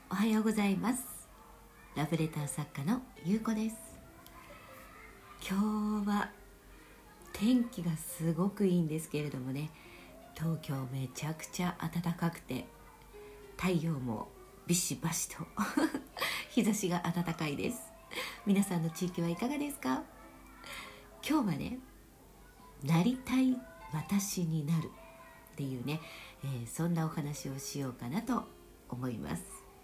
おはようございます。ラブレター作家のゆうこです。今日は天気がすごくいいんですけれどもね、東京めちゃくちゃ暖かくて、太陽もビシバシと日差しが暖かいです。皆さんの地域はいかがですか？今日はね、なりたい私になるっていうね、そんなお話をしようかなと思います。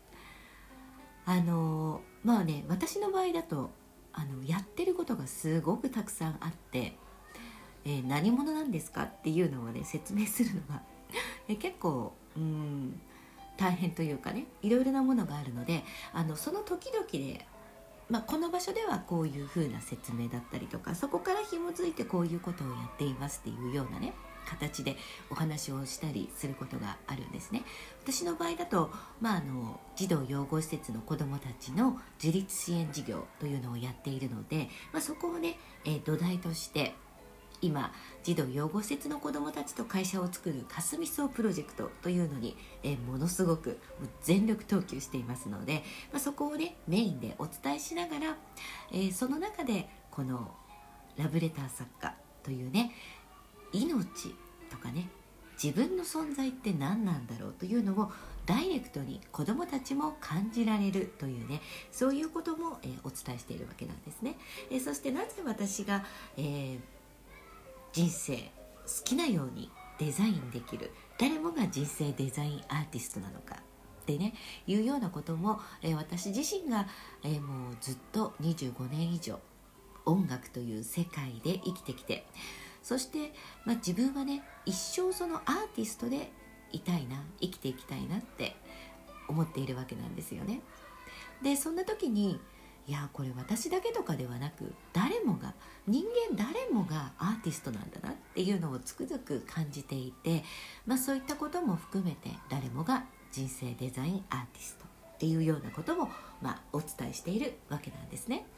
まあね、私の場合だとやってることがすごくたくさんあって、何者なんですかっていうのをね説明するのが結構大変というかね、いろいろなものがあるので、その時々で、この場所ではこういう風な説明だったりとか、そこから紐づいてこういうことをやっていますっていうようなね形でお話をしたりすることがあるんですね。私の場合だと、児童養護施設の子どもたちの自立支援事業というのをやっているので、そこをね、土台として今児童養護施設の子どもたちと会社を作るかすみそうプロジェクトというのに、ものすごく全力投球していますので、そこをねメインでお伝えしながら、その中でこのラブレター作家というね、命とかね、自分の存在って何なんだろうというのをダイレクトに子どもたちも感じられるというね、そういうことも、お伝えしているわけなんですね。そしてなぜ私が、人生好きなようにデザインできる、誰もが人生デザインアーティストなのかってねいうようなことも、私自身が、もうずっと25年以上音楽という世界で生きてきて、そして、自分はね一生そのアーティストでいたいな、生きていきたいなって思っているわけなんですよね。でそんな時に、いやこれ私だけとかではなく、人間誰もがアーティストなんだなっていうのをつくづく感じていて、そういったことも含めて誰もが人生デザインアーティストっていうようなことも、お伝えしているわけなんですね。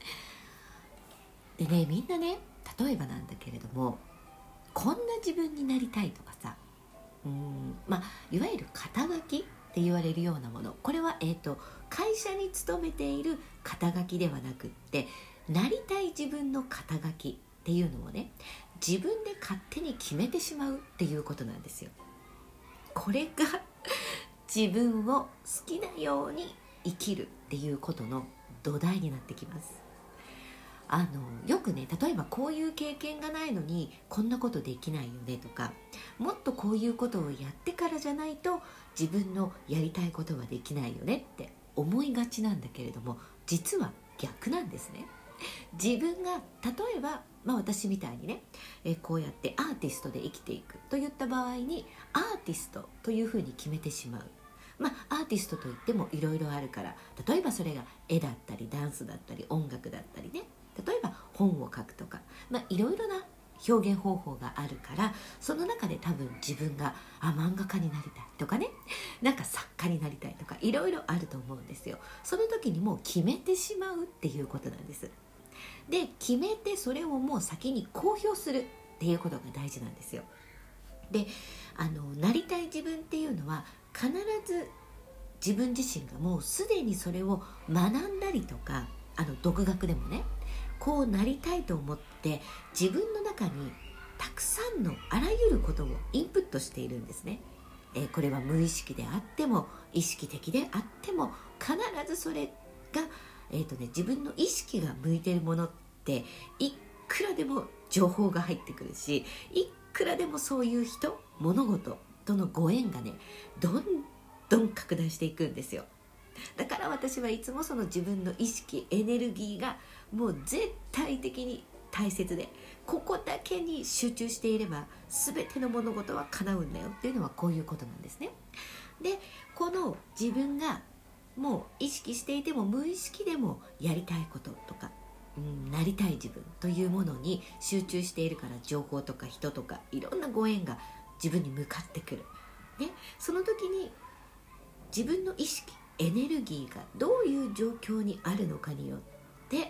でね、みんなね、例えばなんだけれども、こんな自分になりたいとかさ、いわゆる肩書きって言われるようなもの、これは、会社に勤めている肩書きではなくって、なりたい自分の肩書きっていうのをね、自分で勝手に決めてしまうっていうことなんですよ。これが自分を好きなように生きるっていうことの土台になってきます。よくね、例えばこういう経験がないのにこんなことできないよねとか、もっとこういうことをやってからじゃないと自分のやりたいことはできないよねって思いがちなんだけれども、実は逆なんですね。自分が例えば、私みたいにね、こうやってアーティストで生きていくといった場合に、アーティストというふうに決めてしまう。アーティストといってもいろいろあるから、例えばそれが絵だったりダンスだったり音楽だったりね、例えば本を書くとか、いろいろな表現方法があるから、その中で多分自分が漫画家になりたいとかね、なんか作家になりたいとか、いろいろあると思うんですよ。その時にもう決めてしまうっていうことなんです。で決めて、それをもう先に公表するっていうことが大事なんですよ。でなりたい自分っていうのは、必ず自分自身がもうすでにそれを学んだりとか、独学でもね、こうなりたいと思って自分の中にたくさんのあらゆることをインプットしているんですね。これは無意識であっても意識的であっても、必ずそれが、自分の意識が向いているものっていくらでも情報が入ってくるし、いくらでもそういう人物事とのご縁がね、どんどん拡大していくんですよ。だから私はいつもその自分の意識、エネルギーがもう絶対的に大切で、ここだけに集中していれば全ての物事は叶うんだよっていうのはこういうことなんですね。でこの自分がもう意識していても無意識でもやりたいこととか、なりたい自分というものに集中しているから、情報とか人とかいろんなご縁が自分に向かってくる、その時に自分の意識、エネルギーがどういう状況にあるのかによって、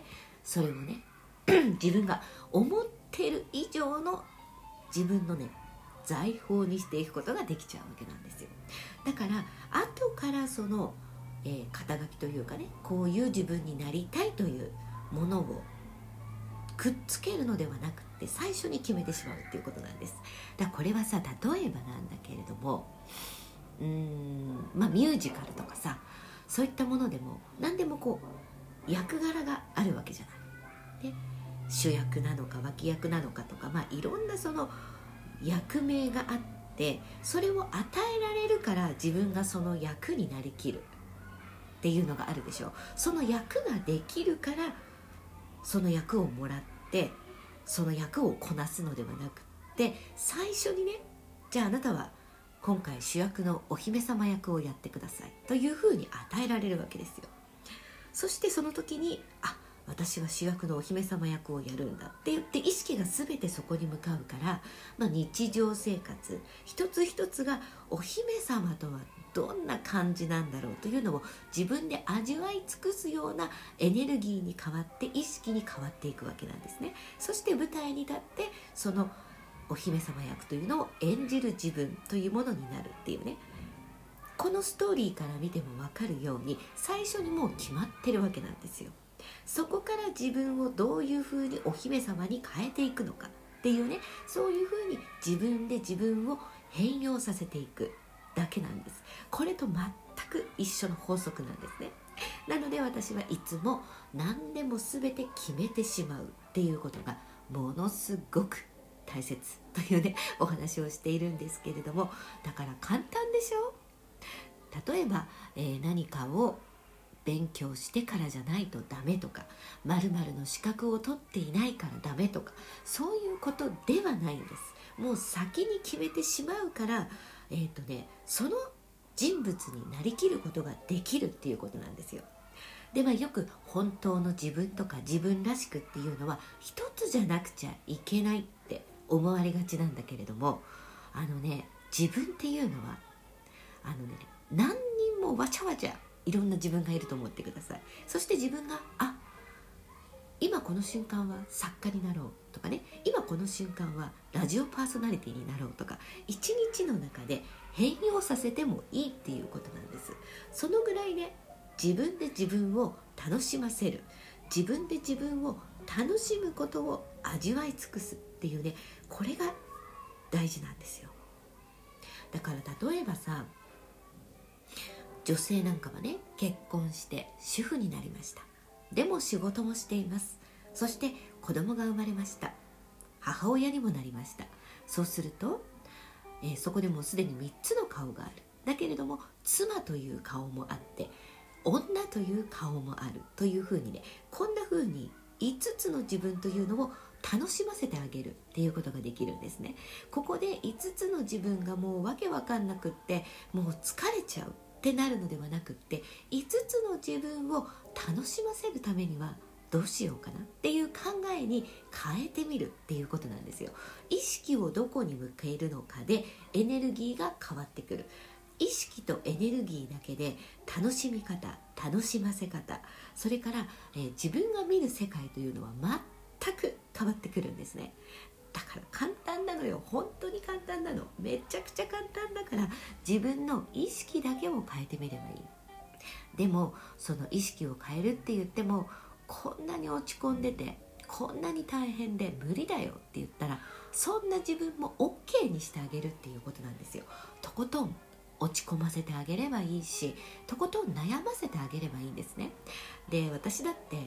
それをね自分が思ってる以上の自分のね財宝にしていくことができちゃうわけなんですよ。だから後からその肩書きというかね、こういう自分になりたいというものをくっつけるのではなくて、最初に決めてしまうっていうことなんです。だからこれはさ、例えばなんだけれども、ミュージカルとかさ、そういったものでも何でもこう役柄があるわけじゃない、ね、主役なのか脇役なのかとか、いろんなその役名があって、それを与えられるから自分がその役になりきるっていうのがあるでしょ。その役ができるからその役をもらって、その役をこなすのではなくって、最初にね、じゃああなたは今回主役のお姫様役をやってくださいというふうに与えられるわけですよ。そしてその時に、私は主役のお姫様役をやるんだって言って意識が全てそこに向かうから、日常生活一つ一つがお姫様とはどんな感じなんだろうというのを自分で味わい尽くすようなエネルギーに変わって、意識に変わっていくわけなんですね。そして舞台に立ってそのお姫様役というのを演じる自分というものになるっていうね、このストーリーから見ても分かるように最初にもう決まってるわけなんですよ。そこから自分をどういうふうにお姫様に変えていくのかっていうね、そういうふうに自分で自分を変容させていくだけなんです。これと全く一緒の法則なんですね。なので私はいつも何でも全て決めてしまうっていうことがものすごく大切というね、お話をしているんですけれども、だから簡単でしょ。例えば、何かを勉強してからじゃないとダメとか、〇〇の資格を取っていないからダメとか、そういうことではないんです。もう先に決めてしまうから、その人物になりきることができるっていうことなんですよ。でよく本当の自分とか自分らしくっていうのは一つじゃなくちゃいけないって思われがちなんだけれども、自分っていうのは何人もわちゃわちゃいろんな自分がいると思ってください。そして自分が今この瞬間は作家になろうとかね、今この瞬間はラジオパーソナリティになろうとか、一日の中で変容させてもいいっていうことなんです。そのぐらいね、自分で自分を楽しませる、自分で自分を楽しむことを味わい尽くすっていうね、これが大事なんですよ。だから例えばさ、女性なんかはね、結婚して主婦になりました。でも仕事もしています。そして子供が生まれました。母親にもなりました。そうすると、そこでもうすでに3つの顔がある。だけれども妻という顔もあって、女という顔もあるというふうにね、こんなふうに5つの自分というのを楽しませてあげるっていうことができるんですね。ここで5つの自分がもうわけわかんなくって、もう疲れちゃうってなるのではなくって、5つの自分を楽しませるためにはどうしようかなっていう考えに変えてみるっていうことなんですよ。意識をどこに向けるのかでエネルギーが変わってくる。意識とエネルギーだけで楽しみ方、楽しませ方、それから、自分が見る世界というのは全く変わってくるんですね。だから簡単なのよ。本当に簡単なの。めちゃくちゃ簡単だから、自分の意識だけを変えてみればいい。でもその意識を変えるって言っても、こんなに落ち込んでて、こんなに大変で無理だよって言ったら、そんな自分も OK にしてあげるっていうことなんですよ。とことん落ち込ませてあげればいいし、とことん悩ませてあげればいいんですね。で、私だって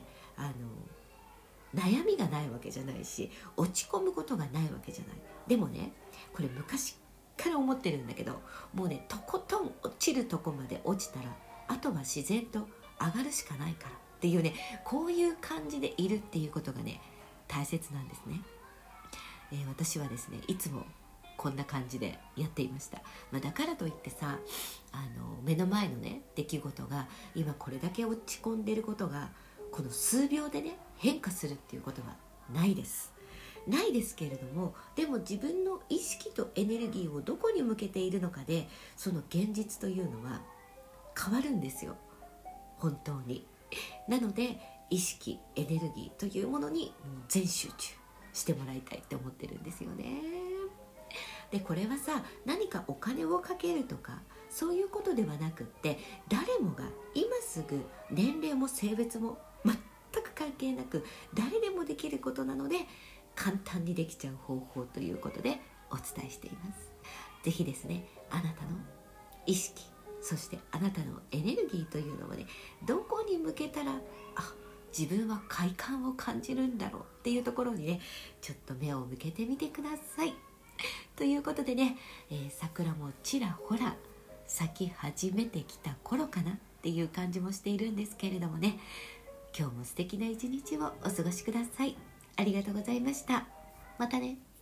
悩みがないわけじゃないし、落ち込むことがないわけじゃない。でもね、これ昔から思ってるんだけど、もうね、とことん落ちるとこまで落ちたら、あとは自然と上がるしかないからっていうね、こういう感じでいるっていうことがね、大切なんですね。私はですね、いつもこんな感じでやっていました。だからといってさ、目の前のね、出来事が今これだけ落ち込んでいることがこの数秒でね、変化するっていうことはないですけれども、でも自分の意識とエネルギーをどこに向けているのかで、その現実というのは変わるんですよ、本当に。なので意識、エネルギーというものに全集中してもらいたいって思ってるんですよね。で、これはさ、何かお金をかけるとかそういうことではなくって、誰もが今すぐ年齢も性別も全く関係なく誰でもできることなので、簡単にできちゃう方法ということでお伝えしています。ぜひですね、あなたの意識、そしてあなたのエネルギーというのをね、どこに向けたら自分は快感を感じるんだろうっていうところにね、ちょっと目を向けてみてください。ということでね、桜もちらほら咲き始めてきた頃かなっていう感じもしているんですけれどもね、今日も素敵な一日をお過ごしください。ありがとうございました。またね。